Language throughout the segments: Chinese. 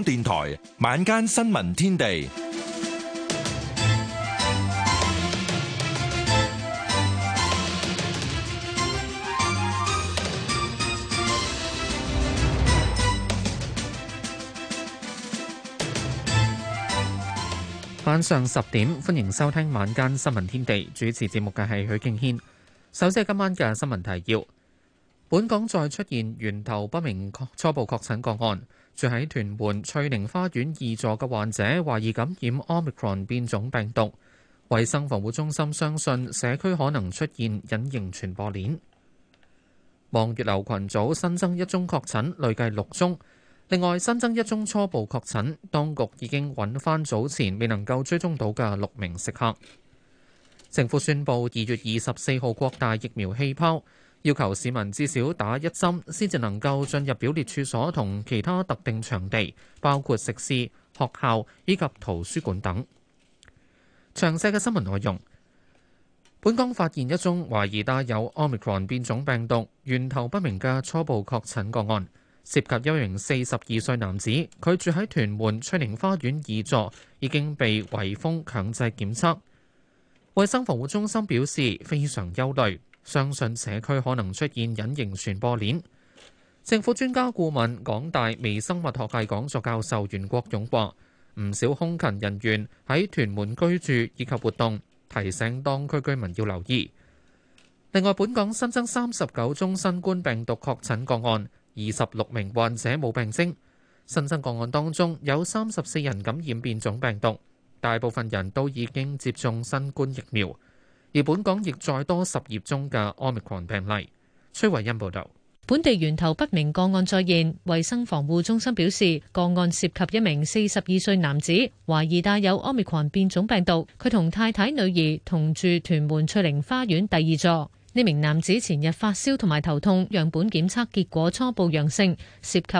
港電台晚間新聞天地。 晚上10點，歡迎收聽晚間新聞天地。主持節目嘅係許敬軒。首先係今晚嘅新聞提要。本港再出現源頭不明初步確診個案，住喺屯門翠寧花園2座嘅患者懷疑感染 Omicron 變種病毒。衛生防護中心相信社區可能出現隱形傳播鏈。望月樓群組新增1宗確診，累計6宗。另外新增1宗初步確診，當局已經揾翻早前未能夠追蹤到嘅6名食客。政府宣布2月24號擴大疫苗氣泡，要求市民至少打1針先至能夠進入表列處所同其他特定場地，包括食肆、學校以及圖書館等。詳細嘅新聞內容。本港發現1宗懷疑帶有 Omicron 變種病毒、源頭不明嘅初步確診個案。涉及一名42歲男子，佢住喺屯門翠寧花園2座，已經被圍封強制檢測。衛生防護中心表示非常憂慮，相信社區可能出現隱形傳播鏈。政府專家顧問港大微生物學系講座教授袁國勇話：唔少空勤人員喺屯門居住以及活動，提醒當區居民要留意。另外，本港新增39宗新冠病毒確診個案。26名患者冇病徵，新增個案當中有34人感染變種病毒，大部分人都已經接種新冠疫苗。而本港亦再多12宗嘅 Omicron 病例。崔慧欣報導。 本地源頭不明個案再現，衛生防護中心表示，個案涉及一名42歲男子，懷疑帶有 Omicron 變種病毒。佢同太太女兒同住屯門翠寧花園第2座。呢名男子前日發燒同埋頭痛，樣本檢測結果初步陽性，涉及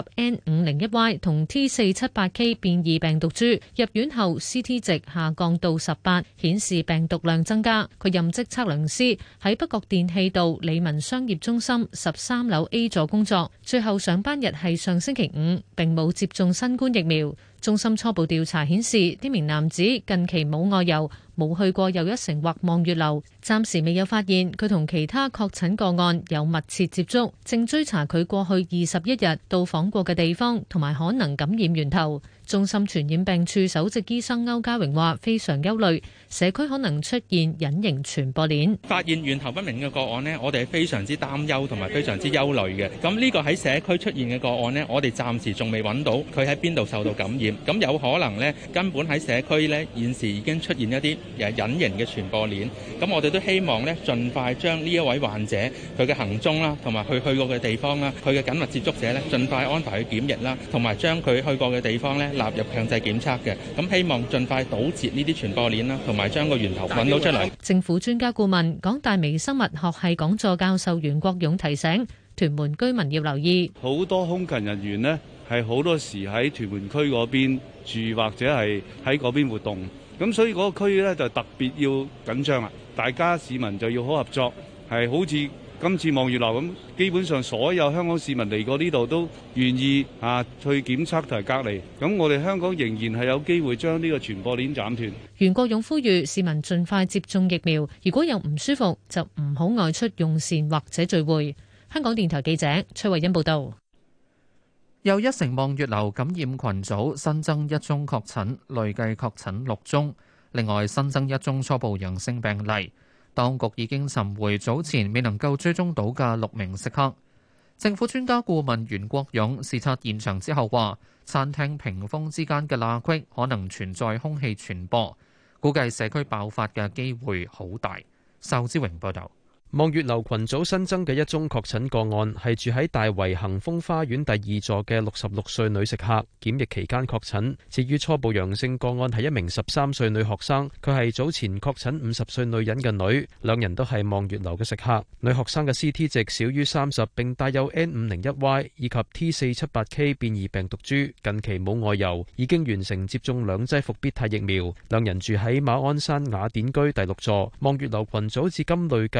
N501Y 同 T478K 變異病毒株。入院後 CT 值下降到18，顯示病毒量增加。佢任職測量師，喺北角電氣道利民商業中心13樓 A 座工作。最後上班日係上星期5，並冇接種新冠疫苗。中心初步調查顯示，呢名男子近期冇外遊，冇去過又一城或望月樓，暫時未有發現佢同其他確診個案有密切接觸，正追查佢過去21日到訪過嘅地方同埋可能感染源頭。中心傳染病處首席醫生歐家榮話：非常憂慮，社區可能出現隱形傳播鏈。 發現源頭不明嘅個案呢，我哋係非常之擔憂同埋非常之憂慮嘅。咁呢個喺社區出現嘅個案呢，我哋暫時仲未揾到佢喺邊度受到感染。咁有可能呢，根本喺社區呢，現時已經出現一啲隱形嘅傳播鏈。咁我哋都希望呢，盡快將呢一位患者佢嘅行蹤啦，同埋佢去過嘅地方啦，佢嘅緊密接觸者呢，盡快安排去檢疫啦，同埋將佢去過嘅地方呢，納入強制檢測嘅。咁希望盡快堵截呢啲傳播鏈啦，同埋將個源頭揾到出嚟。 政府專家顧問港大微生物學系講座教授袁國勇提醒，屯門居民要留意， 好多空勤人員呢，係好多時喺屯門區嗰邊住或者係喺嗰邊活動，咁所以嗰個區呢，就特別要緊張啊！大家市民就要好合作，係好似今次望月樓咁，基本上所有香港市民嚟過呢度都願意去檢測同埋隔離，咁我哋香港仍然係有機會將呢個傳播鏈斬斷。 袁國勇呼籲市民盡快接種疫苗，如果有唔舒服就唔好外出用膳或者聚會。香港電台記者崔慧欣報道。 又一城望月樓感染群組新增1宗確診，累計確診6宗，另外新增1宗初步陽性病例。當局已經尋回早前未能夠追蹤到嘅6名食客。政府專家顧問袁國勇視察現場之後話，餐廳屏風之間嘅罅隙可能存在空氣傳播，估計社區爆發嘅機會好大。仇之榮報導。 望月樓群組新增嘅1宗確診個案係住喺大圍恒豐花園第2座嘅66歲女食客，檢疫期間確診。至於初步陽性個案係1名13歲女學生，佢係早前確診50歲女人嘅女，兩人都係望月樓嘅食客。女學生嘅 CT 值少於30，並帶有 N501Y 以及 T478K 變異病毒株，近期冇外遊，已經完成接種2劑復必泰疫苗。兩人住喺馬鞍山雅典居第6座。望月樓群組至今累計6宗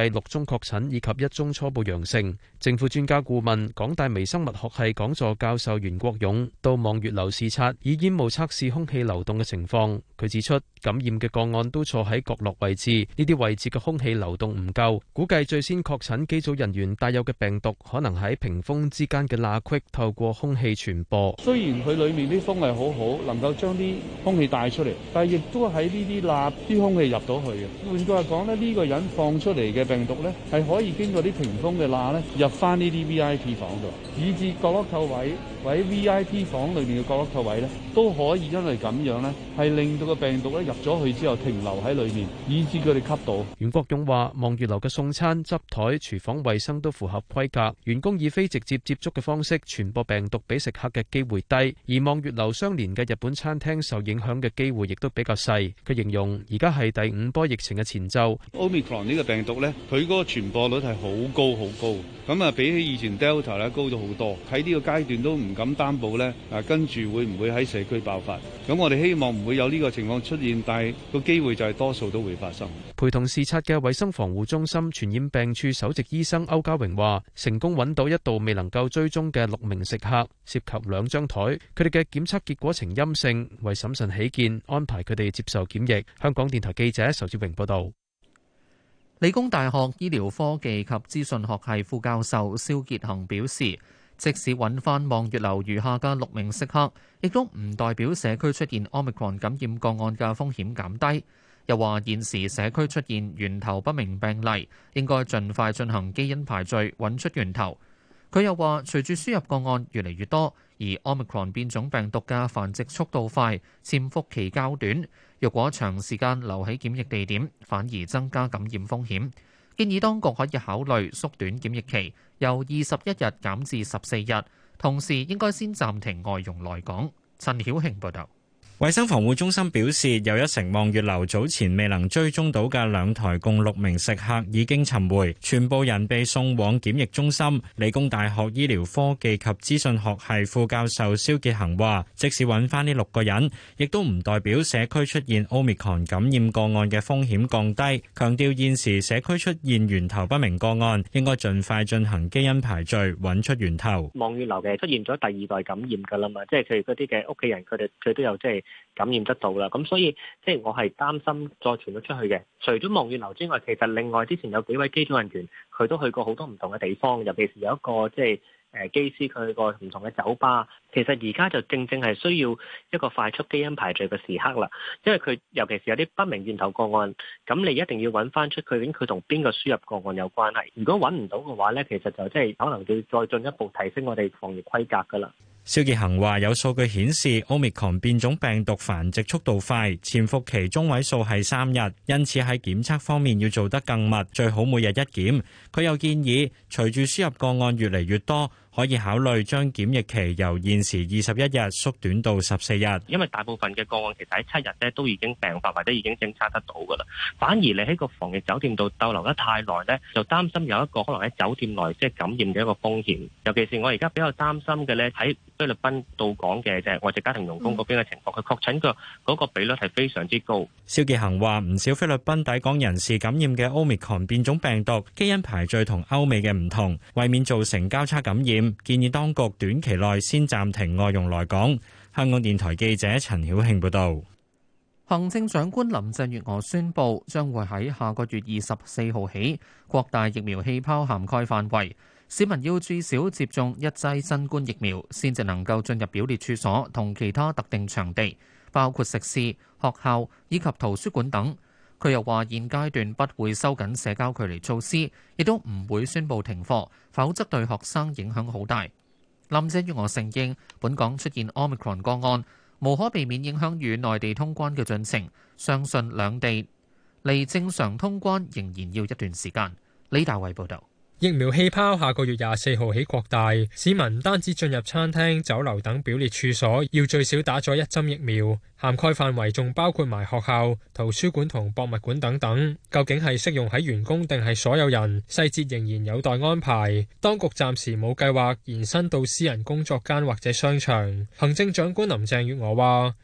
宗確診以及1宗初步陽性。政府專家顧問、港大微生物學系講座教授袁國勇到望月樓視察，以煙霧測試空氣流動嘅情況。佢指出，感染嘅個案都坐喺角落位置，呢啲位置嘅空氣流動唔夠，估計最先確診機組人員帶有嘅病毒可能喺屏風之間嘅罅隙透過空氣傳播。 雖然佢裡面啲風係好好，能夠將啲空氣帶出嚟，但係亦都喺呢啲罅啲空氣入到去嘅。換句話講咧，呢個人放出嚟嘅病毒咧，係可以經過啲屏風嘅罅咧入翻呢啲 VIP 房度，以至角落扣位或者 VIP 房裏面嘅角落扣位咧，都可以因為咁樣咧，係令到個病毒咧入咗去之後停留喺裏面，以致佢哋吸到。 袁國勇話：望月樓嘅送餐、執台、廚房衛生都符合規格，員工以非直接接觸嘅方式傳播病毒俾食客嘅機會低，而望月樓相連嘅日本餐廳受影響嘅機會亦都比較細。佢形容而家係第5波疫情嘅前奏。 Omicron 呢個病毒咧，佢嗰個傳播率係好高好高，咁啊比起以前 Delta 咧高咗好多。喺呢個階段都唔敢擔保咧，跟住會唔會喺社區爆發？咁我哋希望唔會有呢個情況出現，但係個機會就係多數都會發生。 陪同視察嘅衛生防護中心傳染病處首席醫生歐家榮話：成功揾到一度未能夠追蹤嘅6名食客，涉及2張台，佢哋嘅檢測結果呈陰性，為審慎起見，安排佢哋接受檢疫。香港電台記者仇志榮報道。 理工大學醫療科技及資訊學系副教授蕭傑恒表示，即使揾翻望月樓餘下嘅6名食客，亦都唔代表社區出現 Omicron 感染個案嘅風險減低。又話現時社區出現源頭不明病例，應該盡快進行基因排序，揾出源頭。佢又話，隨住輸入個案越嚟越多，而 Omicron 變種病毒嘅繁殖速度快，潛伏期較短，若果長時間留喺檢疫地點，反而增加感染風險。建議當局可以考慮縮短檢疫期，由21日減至14日，同時應該先暫停外傭來港。陳曉慶報導。 衛生防護中心表示，有1成望月樓早前未能追蹤到嘅2台共6名食客已經尋回，全部人被送往檢疫中心。理工大學醫療科技及資訊學系副教授蕭傑恒話，即使揾翻呢6個人，亦都唔代表社區出現 Omicron 感染個案嘅風險降低，強調現時社區出現源頭不明個案，應該盡快進行基因排序，揾出源頭。 望月樓嘅出現咗第2代感染㗎啦嘛，即係佢嗰啲嘅屋企人，佢都有即係感染得到啦，咁所以即係我係擔心再傳咗出去嘅。除咗望月樓之外，其實另外之前有幾位機組人員，佢都去過好多唔同嘅地方，尤其是有一個即係機師佢去過唔同嘅酒吧。其實而家就正正係需要一個快速基因排序嘅時刻啦，因為佢尤其是有啲不明源頭個案，咁你一定要揾翻出佢究竟佢同邊個輸入個案有關係。如果揾唔到嘅話呢，其實就即係可能要再進一步提升我哋防疫規格㗎啦。 蕭傑恒話：有數據顯示 Omicron 變種病毒繁殖速度快，潛伏期中位數係3日，因此喺檢測方面要做得更密，最好每日一檢。佢又建議，隨住輸入個案越嚟越多，可以考慮將檢疫期由現時21日縮短到14日。 因為大部分嘅個案其實喺7日咧都已經病發或者已經偵測得到㗎啦，反而你喺個防疫酒店度逗留得太耐咧，就擔心有一個可能喺酒店內即係感染嘅一個風險。尤其是我而家比較擔心嘅咧，喺菲律賓到港嘅就係外籍家庭傭工嗰邊嘅情況，佢確診嘅嗰個比率係非常之高。 蕭傑恒話：唔少菲律賓抵港人士感染嘅 Omicron 變種病毒基因排序同歐美嘅唔同，為免造成交叉感染，建議當局短期內先暫停外傭來港。香港電台記者陳曉慶報導。 行政長官林鄭月娥宣布，將會喺下個月24號起擴大疫苗氣泡涵蓋範圍。市民要至少接種1劑新冠疫苗，先至能夠進入表列處所同其他特定場地，包括食肆、學校以及圖書館等。佢又話：現階段不會收緊社交距離措施，亦都唔會宣布停課，否則對學生影響好大。林鄭月娥承認，本港出現 Omicron 個案，無可避免影響與內地通關嘅進程。相信兩地離正常通關仍然要一段時間。李大衛報導。 疫苗氣泡下個月24號起擴大，市民唔單止進入餐廳、酒樓等表列處所要最少打咗1針疫苗，涵蓋範圍仲包括埋學校、圖書館同博物館等等。究竟係適用喺員工定係所有人，細節仍然有待安排。當局暫時冇計劃延伸到私人工作間或者商場。行政長官林鄭月娥話：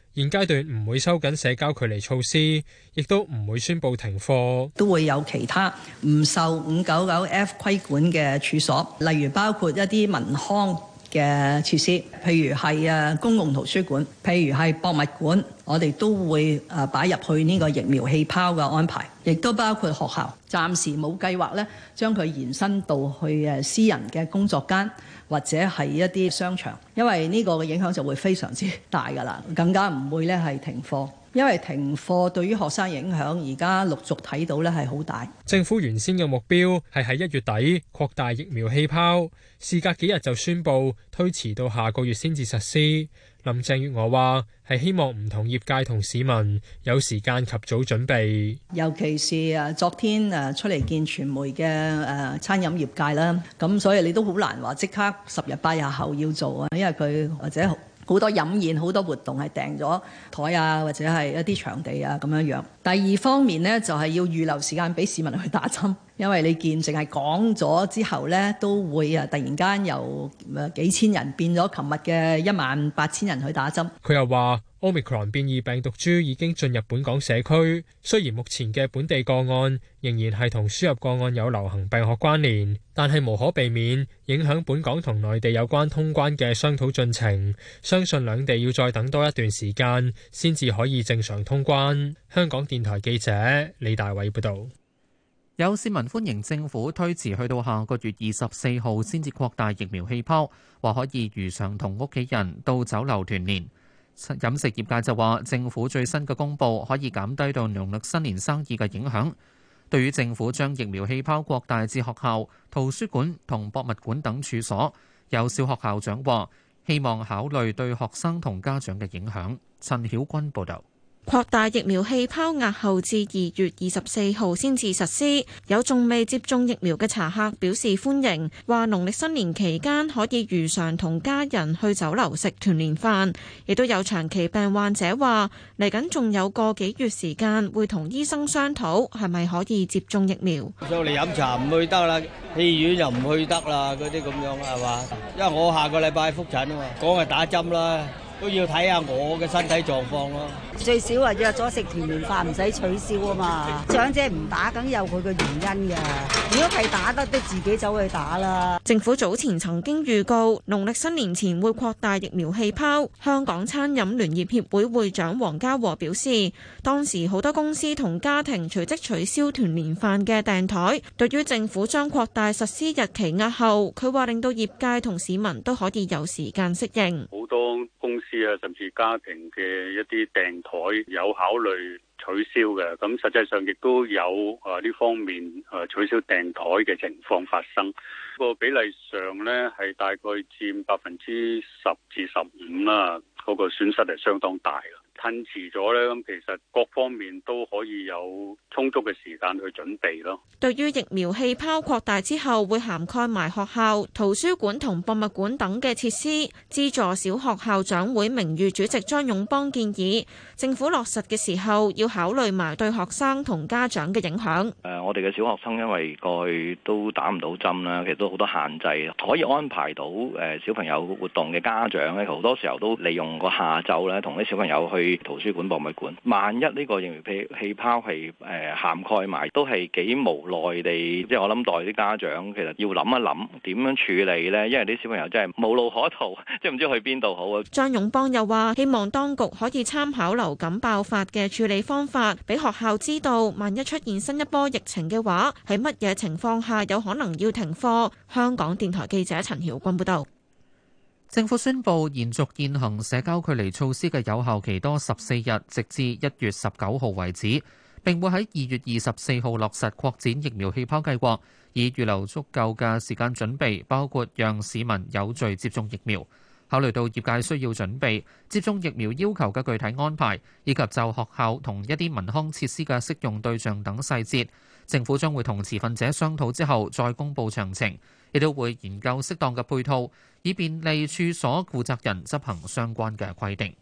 現階段唔會收緊社交距離措施，亦都唔會宣布停課。 都會有其他唔受 599F 規管嘅處所，例如包括一啲文康嘅設施，譬如係公共圖書館，譬如係博物館，我哋都會擺入去呢個疫苗氣泡嘅安排，亦都包括學校。暫時冇計劃咧，將佢延伸到去私人嘅工作間或者係一啲商場，因為呢個嘅影響就會非常之大㗎啦，更加唔會咧係停課。因為停課對於學生影響，而家陸續睇到咧係好大。 政府原先嘅目標係喺1月底擴大疫苗氣泡，事隔幾日就宣布推遲到下個月先至實施。林鄭月娥話係希望唔同業界同市民有時間及早準備， 尤其是昨天出嚟見傳媒嘅餐飲業界啦，咁所以你都好難話即刻10日8日後要做啊，因為佢或者好多飲宴、好多活動係訂咗台啊，或者係一啲場地啊咁樣樣。第二方面呢，就係要預留時間俾市民去打針，因為你見淨係講咗之後呢，都會突然間由幾千人變咗琴日嘅18000人去打針。 佢又話，Omicron 變異病毒株已經進入本港社區，雖然目前嘅本地個案仍然係同輸入個案有流行病學關聯，但係無可避免影響本港同內地有關通關嘅商討進程。相信兩地要再等多一段時間，先至可以正常通關。香港電台記者李大偉報導。 有市民歡迎政府推遲去到下個月24號先至擴大疫苗氣泡，話可以如常同屋企人到酒樓團年。飲食業界就話，政府最新嘅公佈可以減低到農曆新年生意嘅影響。對於政府將疫苗氣泡擴大至學校、圖書館同博物館等處所，有小學校長話希望考慮對學生同家長嘅影響。陳曉君報導。 擴大疫苗氣泡押後至2月24號先至實施，有仲未接種疫苗嘅茶客表示歡迎，話農曆新年期間可以如常同家人去酒樓食團年飯。亦都有長期病患者話，嚟緊仲有個幾月時間會同醫生商討係咪可以接種疫苗。 上嚟飲茶唔去得啦，戲院又唔去得啦，嗰啲咁樣係嘛？因為我下個禮拜復診啊嘛，講係打針啦。都要睇下我嘅身體狀況咯。 最少話約咗食團年飯唔使取消啊嘛。長者唔打梗有佢嘅原因㗎。如果係打得，都自己走去打啦。 政府早前曾經預告農曆新年前會擴大疫苗氣泡。香港餐飲聯業協會會長黃家和表示，當時好多公司同家庭隨即取消團年飯嘅訂台。對於政府將擴大實施日期押後，佢話令到業界同市民都可以有時間適應。 好多公司啊，甚至家庭嘅一啲訂台有考慮取消嘅，咁實際上亦都有呢方面取消訂台嘅情況發生。個比例上呢，係大概佔10%至15%啦，嗰個損失係相當大嘅。褪遲咗呢，咁其實各方面都可以有充足嘅時間去準備咯。 對於疫苗氣泡擴大之後會涵蓋埋學校、圖書館同博物館等嘅設施，資助小學校長會名譽主席張勇邦建議，政府落實嘅時候要考慮埋對學生同家長嘅影響。 我哋嘅小學生因為過去都打唔到針啦，其實都好多限制，可以安排到小朋友活動嘅家長咧，好多時候都利用個下晝咧，同啲小朋友去圖書館、博物館。萬一呢個疫苗氣泡係涵蓋埋，都係幾無奈地，即係我諗代啲家長其實要諗一諗點樣處理呢？因為啲小朋友真係無路可逃，即係唔知去邊度好啊。 張勇邦又話：希望當局可以參考流感爆發嘅處理方法，俾學校知道，萬一出現新一波疫情嘅話，喺乜嘢情況下有可能要停課。香港電台記者陳曉君報道。 政府宣布延續現行社交距離措施嘅有效期多14日，直至1月19號為止。並會喺2月24號落實擴展疫苗氣泡計劃，以預留足夠嘅時間準備，包括讓市民有序接種疫苗。考慮到業界需要準備接種疫苗要求嘅具體安排，以及就學校同一啲文康設施嘅適用對象等細節，政府將會同持份者商討之後再公佈詳情，亦都會研究適當嘅配套，以便利處所負責人執行相關嘅規定。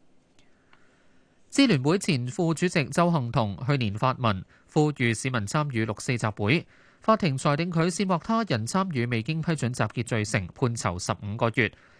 支聯會前副主席鄒幸彤去年發文呼籲市民參與6四集會，法庭裁定佢煽惑他人參與未經批准集結罪成，判囚15個月。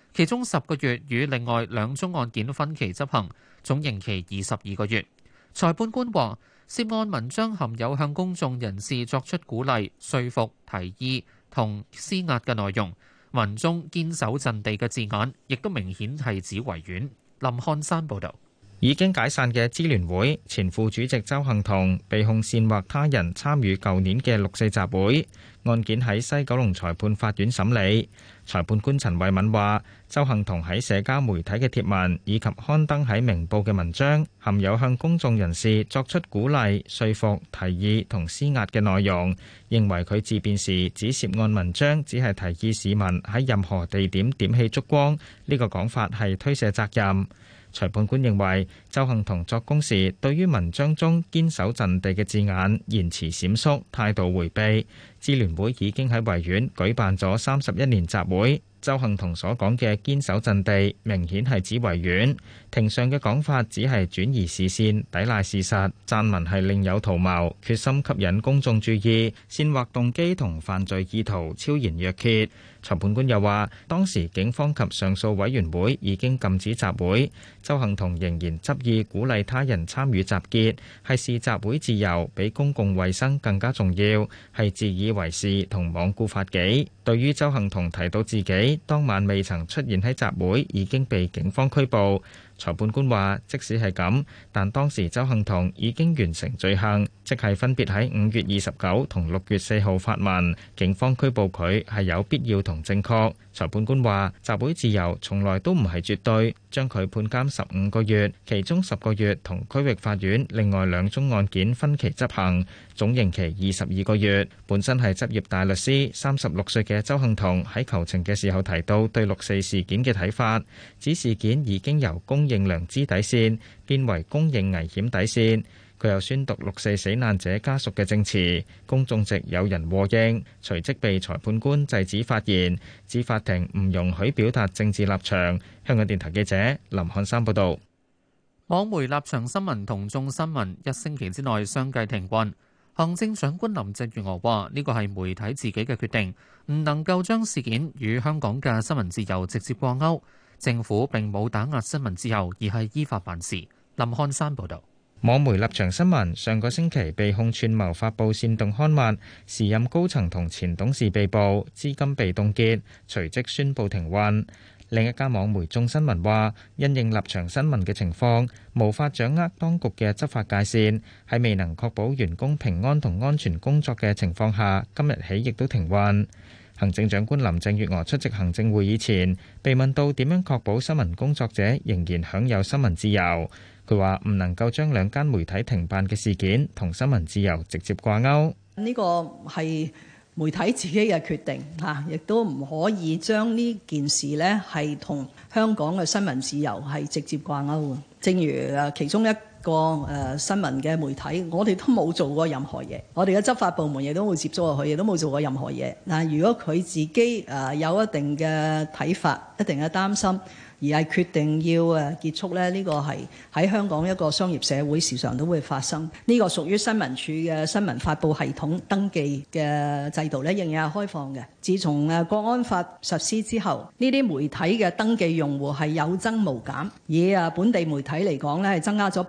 其中10個月與另外2宗案件分期執行，總刑期22個月。裁判官話，涉案文章含有向公眾人士作出鼓勵、說服、提議同施壓嘅內容，文中堅守陣地嘅字眼，亦都明顯係指維園。林漢山報導。 已經解散嘅支聯會前副主席鄒幸彤被控煽惑他人參與舊年嘅六四集會，案件喺西九龍裁判法院審理。裁判官陳慧敏話，鄒幸彤喺社交媒體嘅貼文以及刊登喺明報嘅文章，含有向公眾人士作出鼓勵、說服、提議同施壓嘅內容，認為佢自辯時指涉案文章只係提議市民喺任何地點點起燭光，呢個講法係推卸責任。裁判官認為，鄒幸彤作供時對於文章中堅守陣地嘅字眼言辭閃縮，態度迴避。支聯會已經喺維園舉辦咗31年集會，鄒幸彤所講嘅堅守陣地明顯係指維園。庭上嘅講法只係轉移視線、抵賴事實，撰文係另有圖謀，決心吸引公眾注意，煽惑動機同犯罪意圖超然若揭。裁判官又話，當時警方及上訴委員會已經禁止集會，鄒幸彤仍然執意鼓勵他人參與集結，係視集會自由比公共衛生更加重要，係自以為是同罔顧法紀。對於鄒幸彤提到自己當晚未曾出現喺集會，已經被警方拘捕。裁判官話，即使係咁，但當時鄒幸彤已經完成罪行，即係分別喺5月29同6月4號發文，警方拘捕佢係有必要同正確。裁判官話，集會自由從來都唔係絕對，將佢判監15個月，其中10個月同區域法院另外2宗案件分期執行，總刑期22個月。本身係執業大律師36歲嘅鄒幸彤喺求情嘅時候提到對6四事件嘅睇法，指事件已經由公認良知底線變為公認危險底線。佢又宣讀6四死難者家屬嘅證詞，公眾席有人和應，隨即被裁判官制止發言，指法庭唔容許表達政治立場。香港電台記者林漢山報導。 網媒立場新聞同眾新聞1星期之內相繼停運。行政長官林鄭月娥話：呢個係媒體自己嘅決定，唔能夠將事件與香港嘅新聞自由直接掛鈎。政府並冇打壓新聞自由，而係依法辦事。林漢山報導。 網媒立場新聞上個星期被控串謀發布煽動刊物，時任高層同前董事被捕，資金被凍結，隨即宣布停運。另一間網媒眾新聞話，因應立場新聞嘅情況，無法掌握當局嘅執法界線，喺未能確保員工平安同安全工作嘅情況下，今日起亦都停運。行政長官林鄭月娥出席行政會議前，被問到點樣確保新聞工作者仍然享有新聞自由，佢話唔能夠將2間媒體停辦嘅事件同新聞自由直接掛鈎。 呢個係媒體自己嘅決定嚇，亦都唔可以將呢件事呢係同香港嘅新聞自由係直接掛鈎嘅。正如其中一個新聞嘅媒體，我哋都冇做過任何嘢，我哋嘅執法部門亦都冇接觸過佢，亦都冇做過任何嘢。嗱，如果佢自己有一定嘅睇法、一定嘅擔心，而係決定要結束咧，呢個係喺香港一個商業社會時常都會發生。呢個屬於新聞處嘅新聞發布系統登記嘅制度咧，仍然係開放嘅。自從國安法實施之後，呢啲媒體嘅登記用戶係有增無減。以本地媒體嚟講咧，係增加咗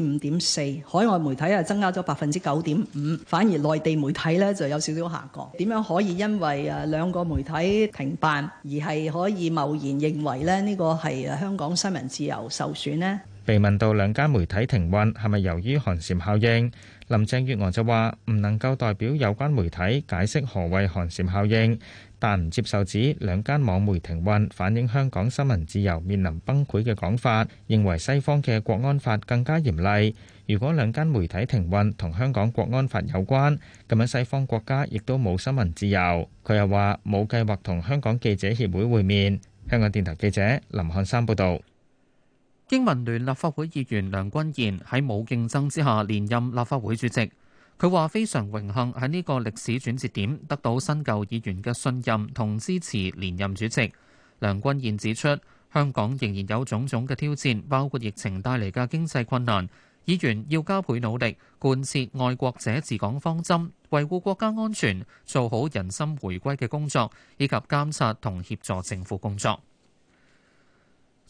5.4%，海外媒體係增加咗9.5%，反而內地媒體咧就有少少下降。點樣可以因為2個媒體停辦而係可以貿然認為咧呢個係香港新聞自由受損呢？ 被問到2間媒體停運係咪由於寒蟬效應，林鄭月娥就話唔能夠代表有關媒體解釋何謂寒蟬效應，但唔接受指2間網媒停運反映香港新聞自由面臨崩潰嘅講法，認為西方嘅國安法更加嚴厲。如果2間媒體停運同香港國安法有關，咁樣西方國家亦都冇新聞自由。佢又話冇計劃同香港記者協會會面。香港電台記者林漢山報導。 經民聯立法會議員梁君彥喺冇競爭之下連任立法會主席。佢話非常榮幸喺呢個歷史轉折點得到新舊議員嘅信任同支持連任主席。梁君彥指出，香港仍然有種種嘅挑戰，包括疫情帶嚟嘅經濟困難，議員要加倍努力貫徹愛國者治港方針，維護國家安全，做好人心回歸嘅工作，以及監察同協助政府工作。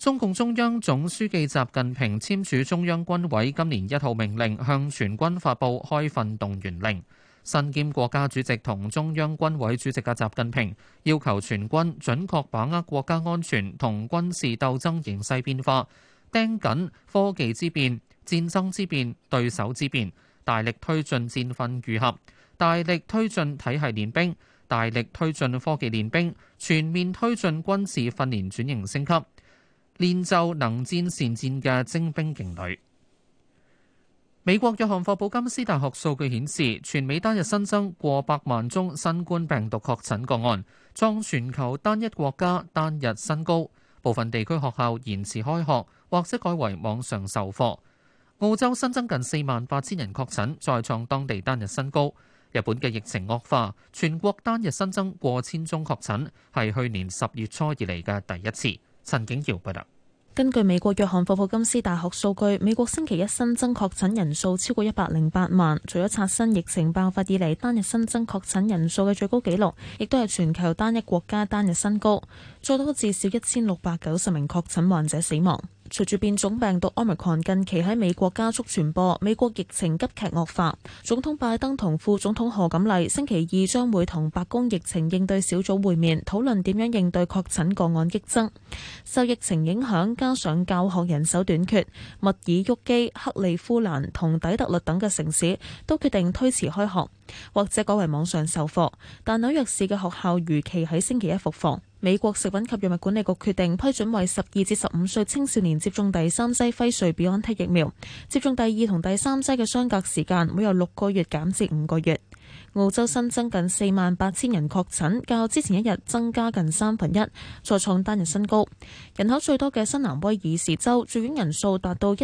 中共中央總書記習近平簽署中央軍委今年1號命令，向全軍發布開訓動員令。身兼國家主席同中央軍委主席嘅習近平要求全軍準確把握國家安全同軍事鬥爭形勢變化，盯緊科技之變、戰爭之變、對手之變，大力推進戰訓愈合，大力推進體系練兵，大力推進科技練兵，全面推進軍事訓練轉型升級，練就能戰善戰嘅精兵勁旅。美國約翰霍普金斯大學數據顯示，全美單日新增過百萬宗新冠病毒確診個案，創全球單一國家單日新高。部分地區學校延遲開學，或者改為網上授課。澳洲新增近48,000人確診，再創當地單日新高。日本嘅疫情惡化，全國單日新增過千宗確診，係去年10月初以嚟嘅第一次。陳景堯報道。 根據美國約翰霍普金斯大學數據，美國星期一新增確診人數超過108萬，除咗刷新疫情爆發以嚟單日新增確診人數嘅最高紀錄，亦都係全球單一國家單日新高，再多至少1690名確診患者死亡。隨住變種病毒 Omicron 近期喺美國加速傳播，美國疫情急劇惡化。總統拜登同副總統賀錦麗星期二將會同白宮疫情應對小組會面，討論點樣應對確診個案激增。受疫情影響，加上教學人手短缺，密爾沃基、克利夫蘭同底特律等嘅城市都決定推遲開學，或者改為網上授課。但紐約市嘅學校如期喺星期一復課。美國食品及藥物管理局決定批准為12至15歲青少年接種第3劑輝瑞 BioNTech 疫苗，接種第2同第3劑嘅相隔時間會由6個月減至5個月。澳洲新增近48,000人確診，較之前一日增加近1/3，再創單日新高。人口最多嘅新南威爾士州住院人數達到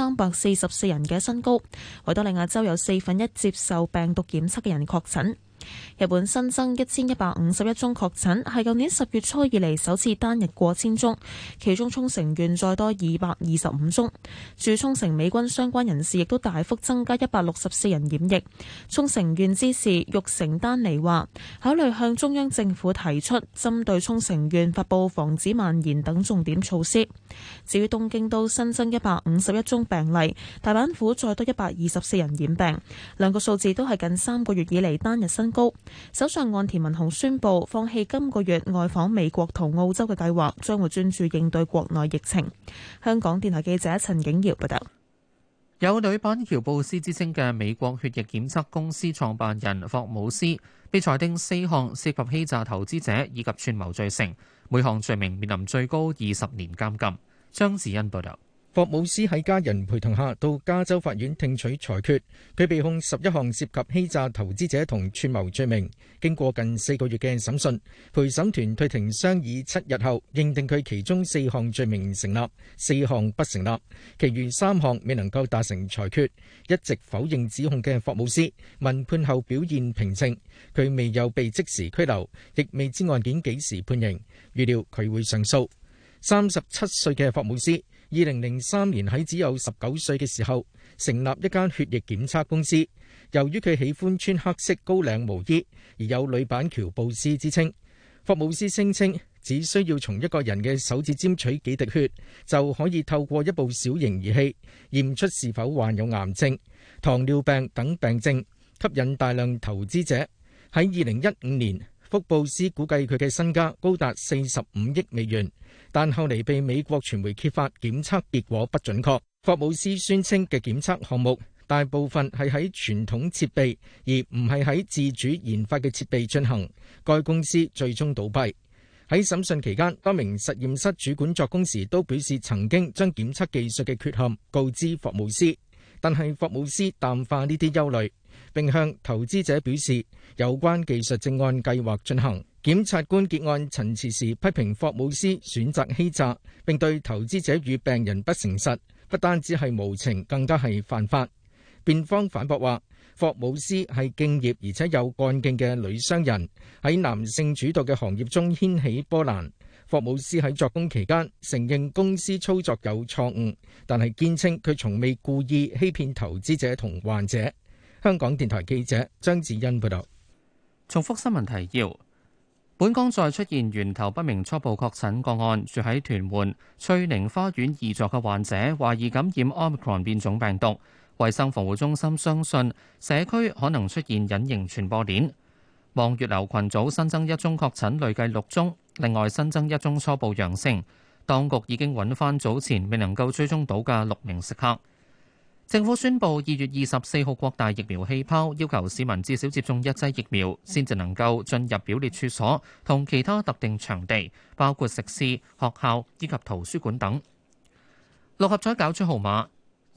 1344人嘅新高，維多利亞州有1/4接受病毒檢測嘅人確診。日本新增1151宗確診，係舊年10月初以嚟首次單日過千宗，其中沖繩縣再多225宗。駐沖繩美軍相關人士亦都大幅增加164人染疫。沖繩縣知事玉城丹尼話，考慮向中央政府提出針對沖繩縣發布防止蔓延等重點措施。至於東京都新增151宗病例，大阪府再多124人染病，兩個數字都係近3個月以嚟單日新高。首相岸田文雄宣布放棄今個月外訪美國同澳洲嘅計劃，將會專注應對國內疫情。香港電台記者陳景堯報道。 有女版喬布斯之稱嘅美國血液檢測公司創辦人霍姆斯被裁定4項涉及欺詐投資者以及串謀罪成，每項罪名面臨最高20年監禁。張子欣報道。 霍姆斯喺家人陪同下到加州法院聽取裁決，佢被控11項涉及欺詐投資者同串謀罪名。經過近4個月嘅審訊，陪審團退庭商議7日後，認定佢其中4項罪名成立，4項不成立，其餘3項未能夠達成裁決。一直否認指控嘅霍姆斯，聞判後表現平靜，佢未有被即時拘留，亦未知案件幾時判刑，預料佢會上訴。37歲嘅霍姆斯2003年喺只有19歲嘅時候成立一間血液檢測公司。由於佢喜歡穿黑色高領毛衣，而有女版喬布斯之稱，霍姆斯聲稱只需要從一個人嘅手指尖取幾滴血，就可以透過一部小型儀器驗出是否患有癌症、糖尿病等病症，吸引大量投資者。喺2015年，福布斯估計佢嘅身家高達45億美元，但後嚟被美國傳媒揭發檢測結果不準確。霍姆斯宣稱嘅檢測項目大部分係喺傳統設備，而唔係喺自主研發嘅設備進行。該公司最終倒閉。喺審訊期間，多名實驗室主管作供時都表示曾經將檢測技術嘅缺陷告知霍姆斯，但係霍姆斯淡化呢啲憂慮，並向投資者表示有關技術正按計劃進行。檢察官結案陳詞時批評霍姆斯選擇欺詐，並對投資者與病人不誠實，不單止係無情，更加係犯法。辯方反駁話，霍姆斯係敬業而且有幹勁嘅女商人，喺男性主導嘅行業中掀起波瀾。霍姆斯喺作供期間承認公司操作有錯誤，但係堅稱佢從未故意欺騙投資者同患者。香港電台記者張子欣報道。 重複新聞提要： 本港再出現源頭不明初步確診個案，住喺屯門翠寧花園2座嘅患者懷疑感染 Omicron 變種病毒。衛生防護中心相信社區可能出現隱形傳播鏈。望月樓群組新增1宗確診，累計6宗，另外新增1宗初步陽性。當局已經揾翻早前未能夠追蹤到嘅6名食客。政府宣布2月24號擴大疫苗氣泡，要求市民至少接種1劑疫苗，先至能夠進入表列處所同其他特定場地，包括食肆、學校以及圖書館等。六合彩攪出號碼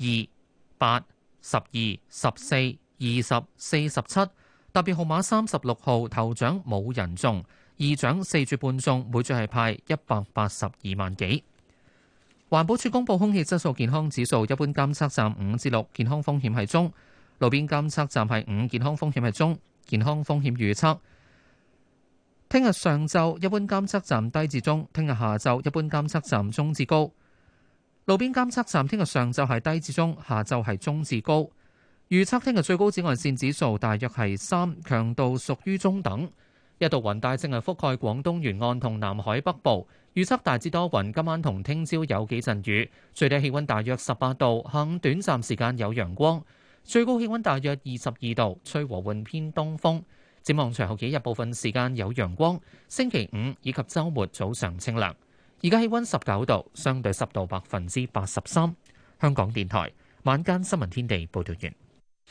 2、8、12、14、20、47，特別號碼36號，頭獎冇人中，二獎4注半中，每注係派182萬幾。環保署公布空氣質素健康指數，一般監測站5至6，健康風險係中；路邊監測站係5，健康風險係中。健康風險預測：聽日上晝一般監測站低至中，聽日下晝一般監測站中至高。路邊監測站聽日上晝係低至中，下晝係中至高。預測聽日最高紫外線指數大約係3，強度屬於中等。一道雲帶正係覆蓋廣東沿岸同南海北部，預測大致多雲，今晚同聽朝有幾陣雨，最低氣溫大約18度，下午短暫時間有陽光，最高氣溫大約22度，吹和緩偏東風。展望隨後幾日部分時間有陽光，星期5以及週末早上清涼。而家氣溫19度，相對濕度83%。香港電台晚間新聞天地報道完。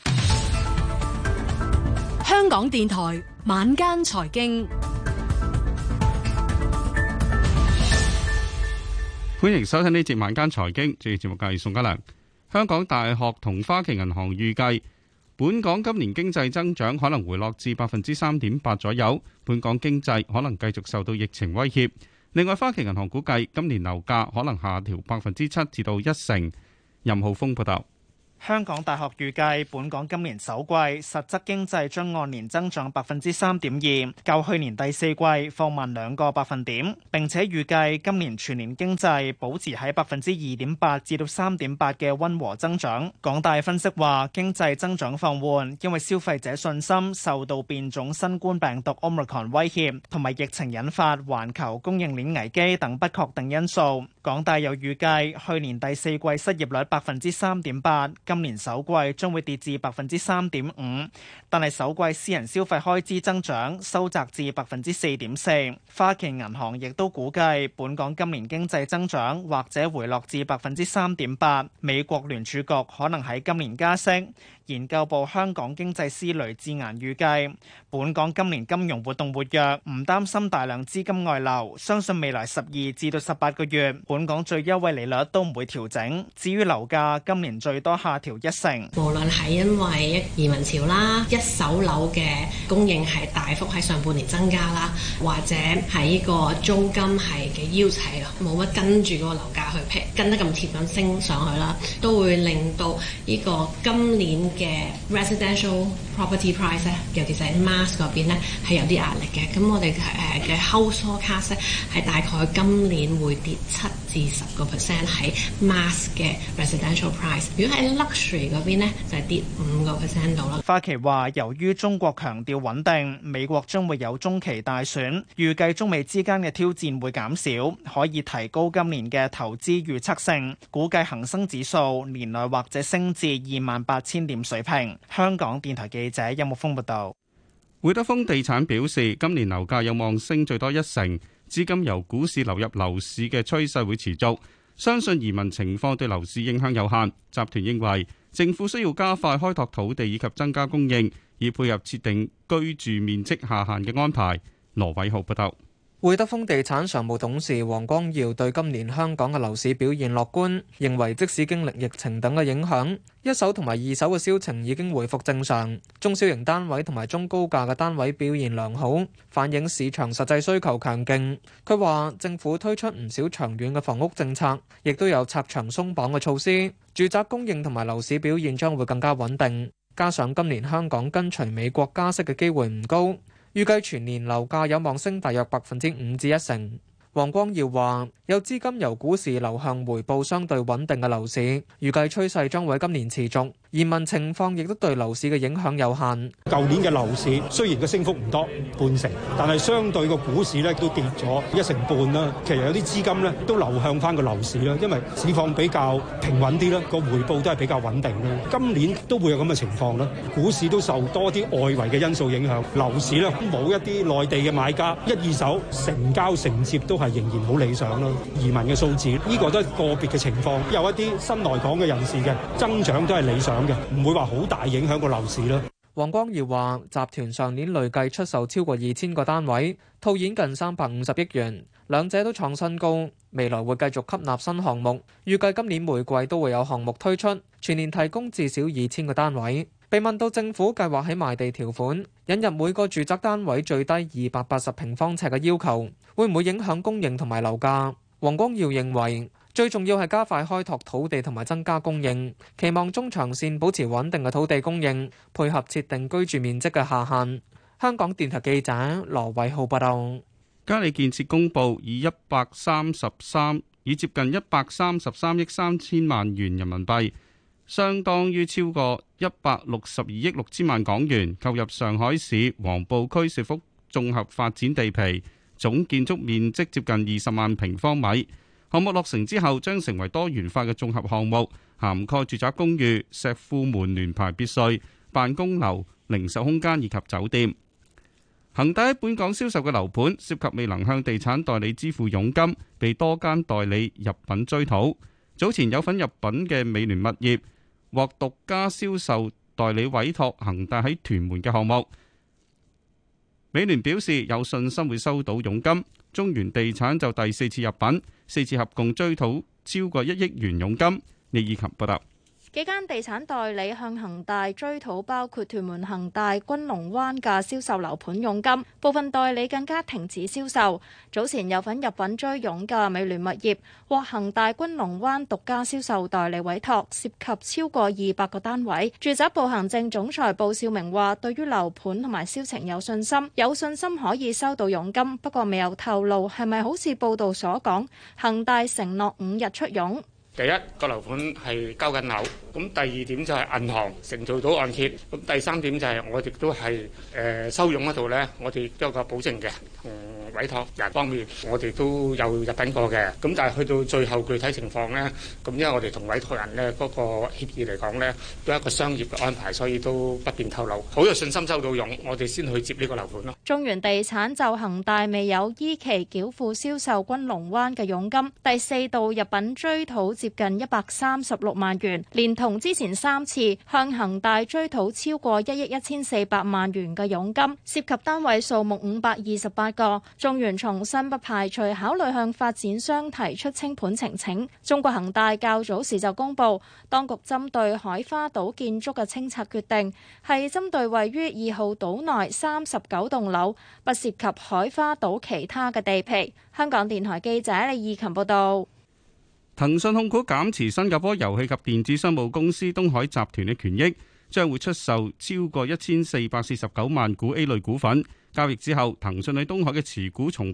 香港電台晚間財經， 歡迎收聽呢節晚間財經。主持節目嘅係宋家良。香港大學同花旗銀行預計，本港今年經濟增長可能回落至3.8%左右。本港經濟可能繼續受到疫情威脅。另外，花旗銀行估計今年樓價可能下調7%至到1成。任浩峰報道。 香港大學預計本港今年首季實質經濟將按年增長3.2%，較去年第四季放慢2個百分點。並且預計今年全年經濟保持喺2.8%至到3.8%嘅溫和增長。港大分析話，經濟增長放緩，因為消費者信心受到變種新冠病毒 Omicron 威脅，同埋疫情引發環球供應鏈危機等不確定因素。港大又預計去年第四季失業率3.8%。今年首季將會跌至3.5%，但係首季私人消費開支增長收窄至4.4%。花旗銀行亦都估計本港今年經濟增長或者回落至3.8%。美國聯儲局可能喺今年加息。研究部香港經濟師雷志顏預計，本港今年金融活動活躍，唔擔心大量資金外流，相信未來12至到18個月，本港最優惠利率都唔會調整。至於樓價，今年最多下調1成。 無論係因為移民潮啦，一手樓嘅供應係大幅喺上半年增加啦，或者係呢個租金係嘅腰齊冇乜跟住嗰個樓價去跟得咁貼咁升上去啦，都會令到呢個今年嘅 residential property price 咧，尤其是喺 mass 嗰邊咧，係有啲壓力嘅。咁我哋嘅 house forecast 咧，係大概今年會跌7至10% 喺 mass 嘅 residential price。如果喺 luxury 嗰邊咧，就係跌5% 度啦。 花旗話，由於中國強調穩定，美國將會有中期大選，預計中美之間嘅挑戰會減少，可以提高今年嘅投資預測性。估計恒生指數年內或者升至28,000點水平。香港電台記者任木峰報道。 會德豐地產表示，今年樓價有望升最多1成，資金由股市流入樓市嘅趨勢會持續，相信移民情況對樓市影響有限。集團認為政府需要加快開拓土地以及增加供應，以配合設定居住面積下限嘅安排。羅偉浩報道。 會德豐地產常務董事黃光耀對今年香港嘅樓市表現樂觀，認為即使經歷疫情等嘅影響，一手同埋二手嘅銷情已經回復正常，中小型單位同埋中高價嘅單位表現良好，反映市場實際需求強勁。佢話政府推出唔少長遠嘅房屋政策，亦都有拆牆鬆綁嘅措施，住宅供應同埋樓市表現將會更加穩定。加上今年香港跟隨美國加息嘅機會唔高，預計全年樓價有望升大約5%至1成。 黃光耀話：有資金由股市流向回報相對穩定嘅樓市，預計趨勢將會今年持續。移民情況亦都對樓市嘅影響有限。 舊年嘅樓市雖然個升幅唔多半成，但係相對個股市咧都跌咗1成半啦。其實有啲資金咧都流向翻個樓市啦，因為市況比較平穩啲啦，個回報都係比較穩定啦。今年都會有咁嘅情況啦，股市都受多啲外圍嘅因素影響，樓市咧冇一啲內地嘅買家，一二手成交承接都係仍然好理想啦。移民嘅數字呢個都係個別嘅情況，有一啲新來港嘅人士嘅增長都係理想嘅，唔會話好大影響個樓市啦。 黃光耀話：集團上年累計出售超過2000個單位，套現近350億元，兩者都創新高。未來會繼續吸納新項目，預計今年每季都會有項目推出，全年提供至少2000個單位。被問到政府計劃喺賣地條款引入每個住宅單位最低280平方尺嘅要求，會唔會影響供應同埋樓價？黃光耀認為最重要係加快開拓土地同埋增加供應，期望中長線保持穩定嘅土地供應，配合設定居住面積嘅下限。香港電台記者羅偉浩報道。 嘉里建設公佈以接近133億3千萬元人民幣，相當於超過162億6千萬港元購入上海市黃埔區碩福綜合發展地皮，總建築面積接近20萬平方米。項目落成之後，將成為多元化嘅綜合項目，涵蓋住宅公寓、石富門聯排別墅、辦公樓、零售空間以及酒店。恒大喺本港銷售嘅樓盤涉及未能向地產代理支付佣金，被多間代理入稟追討。早前有份入稟嘅美聯物業獲獨家銷售代理委託恒大喺屯門嘅項目，美聯表示有信心會收到佣金。中原地產就第4次入稟，4次合共追討超過1億元佣金。李以琴報道。 幾間地產代理向恒大追討包括屯門恒大君龍灣嘅銷售樓盤佣金，部分代理更加停止銷售。早前有份入稟追佣嘅美聯物業獲恒大君龍灣獨家銷售代理委託，涉及超過200個單位。住宅部行政總裁布少明話：對於樓盤同埋銷情有信心可以收到佣金，不過未有透露係咪好似報道所講，恒大承諾5日出佣。 第一個樓盤係交緊樓，咁第二點就係銀行承做到按揭，咁第三點就係我哋都係收佣嗰度呢，我哋都有個保證嘅，同委託人方面我哋都有入稟過嘅，咁但係去到最後具體情況呢，咁因為我哋同委託人呢嗰個協議嚟講呢，都係一個商業嘅安排，所以都不便透露。好有信心收到佣，我哋先去接呢個樓盤咯。 中原地產就恒大未有依期繳付銷售君龍灣嘅佣金，第4度入稟追討接近136萬元，連同之前3次向恒大追討超過1億1400萬元嘅佣金，涉及單位數目528個。中原重申不排除考慮向發展商提出清盤呈請。中國恒大較早時就公布，當局針對海花島建築嘅清拆決定，係針對位於2號島內39棟樓，不涉及海花島其他嘅地皮。香港電台記者李義琴報道。 騰訊控股減持新加坡遊戲及電子商務公司東海集團嘅權益，將會出售超過1449萬股 A 類股份。交易之後，騰訊喺東海嘅持股從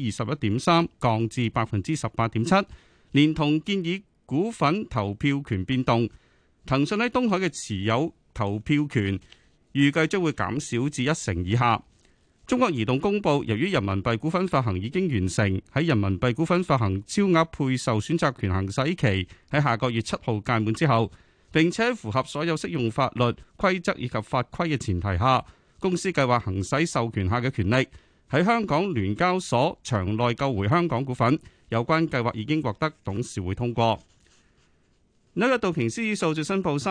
21.3%降至18.7%，連同建議股份投票權變動，騰訊喺東海嘅持有投票權預計將會減少至1成以下。中國移動公佈，由於人民幣股份發行已經完成，喺人民幣股份發行超額配售選擇權行使期喺下個月7號屆滿之後，並且符合所有適用法律規則以及法規嘅前提下，公司計劃行使授權下嘅權力，喺香港聯交所場內購回香港股份。有關計劃已經獲得董事會通過。紐約道瓊斯指數最新報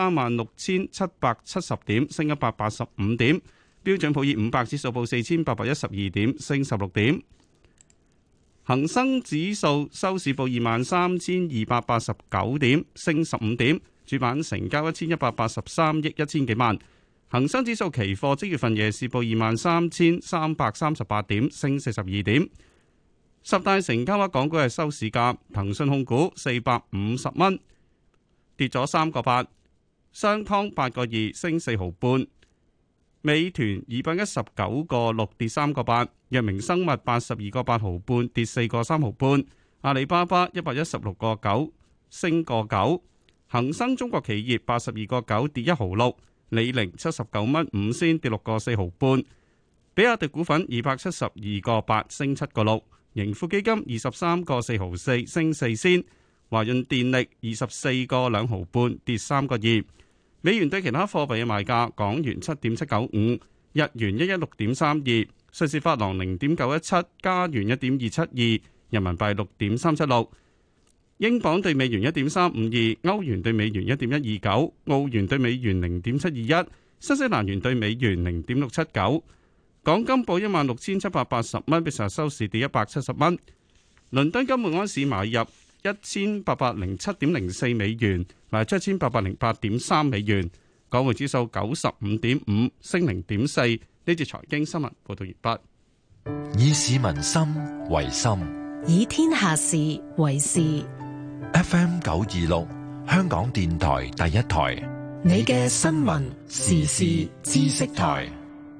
36,770點，升185點。標準普爾500指數報4,812點，升16點。恒生指數收市報23,289點，升15點。主板成交1183億1000幾萬。恒生指數期貨即月份夜市報23,338點，升42點。十大成交額港股嘅收市價：騰訊控股450蚊，跌咗3個8；商湯8個2，升4毫半。 美團219.6跌3個8，藥明生物82.8毫半跌4個3毫半，阿里巴巴116.9升個9，恒生中國企業82.9跌1毫6，李寧79蚊5仙跌6個4毫半，比亞迪股份272.8升7個6，盈富基金23個4毫4升4仙，華潤電力24個2毫半跌3個2。美元對其他貨幣嘅賣價：港元7.795，日元116.32，瑞士法郎0.917，加元1.272，人民幣6.376，英鎊對美元1.352，歐元對美元1.129，澳元對美元0.721，新西蘭元對美元0.679。港金報16,780蚊，比上日收市跌170蚊。倫敦金每盎司買入1807.04美元，賣出1808.3美元。港匯指數95.5升0.4。呢節財經新聞報道完畢。 以市民心為心， 以天下事為事。 FM 926，香港電台第一台， 你嘅新聞時事知識台。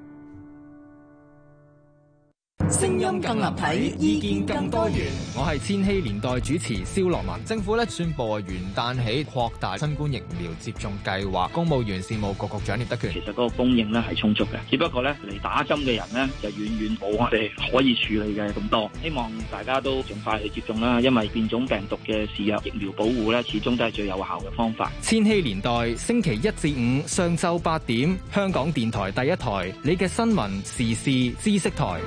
聲音更立體，意見更多元。 我係千禧年代主持蕭樂文。政府宣布元旦起擴大新冠疫苗接種計劃。公務員事務局局長聶德權， 其實嗰個供應咧係充足嘅，只不過咧嚟打針嘅人咧就遠遠冇我哋可以處理嘅咁多。希望大家都盡快去接種啦，因為變種病毒嘅肆虐，疫苗保護咧始終都係最有效嘅方法。 千禧年代星期1至5上晝8點，香港電台第一台，你嘅新聞時事知識台。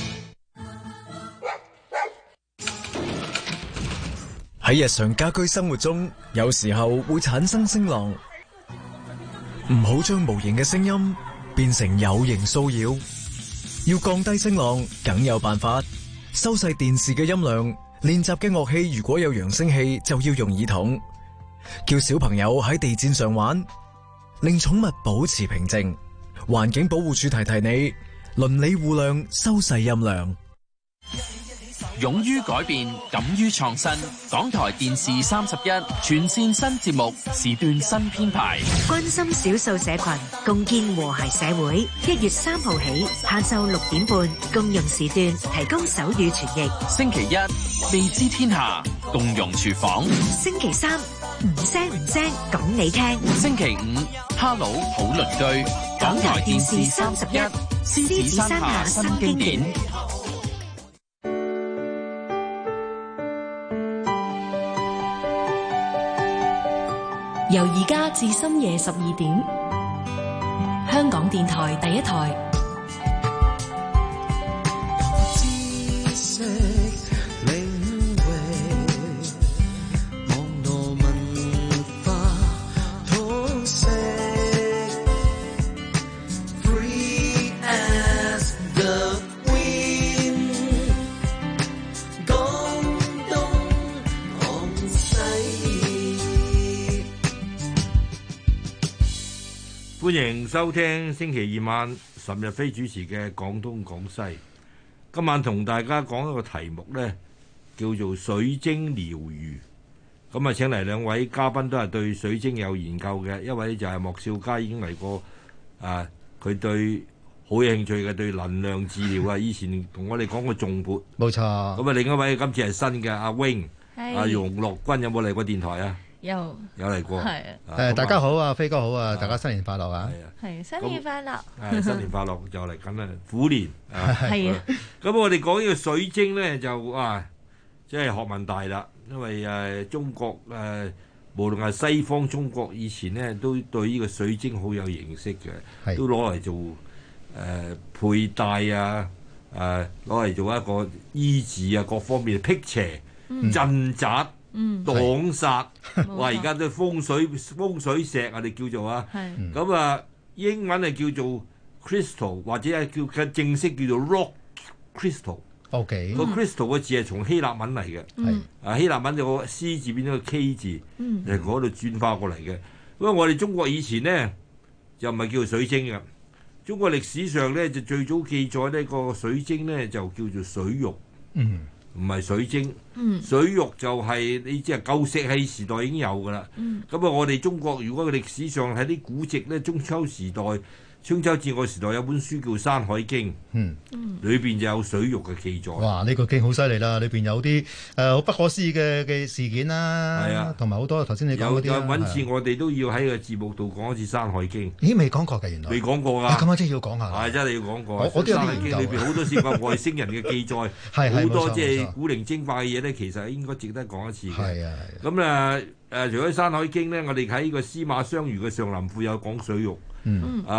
喺日常家居生活中，有時候會產生聲浪，唔好將無形嘅聲音變成有形騷擾。要降低聲浪，梗有辦法。收細電視嘅音量，練習嘅樂器如果有揚聲器，就要用耳筒。叫小朋友喺地氈上玩，令寵物保持平靜。環境保護署提提你，鄰里互諒，收細音量。 勇於改變，敢於創新。港台電視31全線新節目，時段新編排， 關心少數社群，共建和諧社會。1月3號起，下晝6點半，共融時段提供手語傳譯。 星期1，未知天下，共融廚房。 星期3，唔聲講你聽。 星期5，哈佬好鄰居。 港台電視31，獅子山下新經典。 由而家至深夜12點，香港電台第一台。 歡迎收聽星期二晚岑日飛主持嘅廣東廣西。今晚同大家講一個題目呢，叫做水晶療癒。咁啊，請嚟兩位嘉賓都係對水晶有研究嘅，一位就係莫少佳，已經嚟過，佢對好有興趣嘅對能量治療啊，以前同我哋講過頌缽， 冇錯。 咁啊，另一位今次係新嘅阿 Wing，阿容樂君有冇嚟過電台啊？ 有嚟過， 係大家好啊，飛哥好啊，大家新年快樂啊！ 係新年快樂， 新年快樂就嚟緊啦，虎年係啊！ 咁我哋講呢個水晶咧，就即係學問大啦，因為中國無論係西方中國以前咧，都對呢個水晶好有認識嘅，都攞嚟做佩戴啊，攞嚟做一個醫治啊，各方面辟邪、鎮宅。擋煞，哇！而家都風水石啊，我哋叫做啊，咁啊英文係叫做 crystal， 或者係叫正式叫做 rock crystal。OK， 個 crystal 個字係從希臘文嚟嘅，希臘文有個 C 字變咗個 K 字，就嗰度轉化過嚟嘅。因為我哋中國以前呢，就唔係叫做水晶嘅，中國歷史上咧就最早記載呢個水晶咧就叫做水玉。唔係水晶， 水玉就係你即係舊石器時代已經有㗎啦。咁啊，我哋中國如果個歷史上喺啲古籍咧，中秋時代、春秋戰國時代有本書叫《山海經》，裏邊就有水玉嘅記載。 哇！呢個經好犀利啦，裏邊有啲好不可思議嘅事件啦， 係啊， 同埋好多頭先你講嗰啲。 有揾次我哋都要喺個節目度講一次《山海經》。 咦？未講過嘅原來。 未講過㗎。 咁我真係要講下。 係真係要講過。 我都有啲研究。《山海經》裏邊好多涉及外星人嘅記載，好多即係古靈精怪嘅嘢咧，其實應該值得講一次嘅。 係啊。 咁除咗《山海經》咧，我哋喺個司馬相如嘅《上林賦》有講水玉。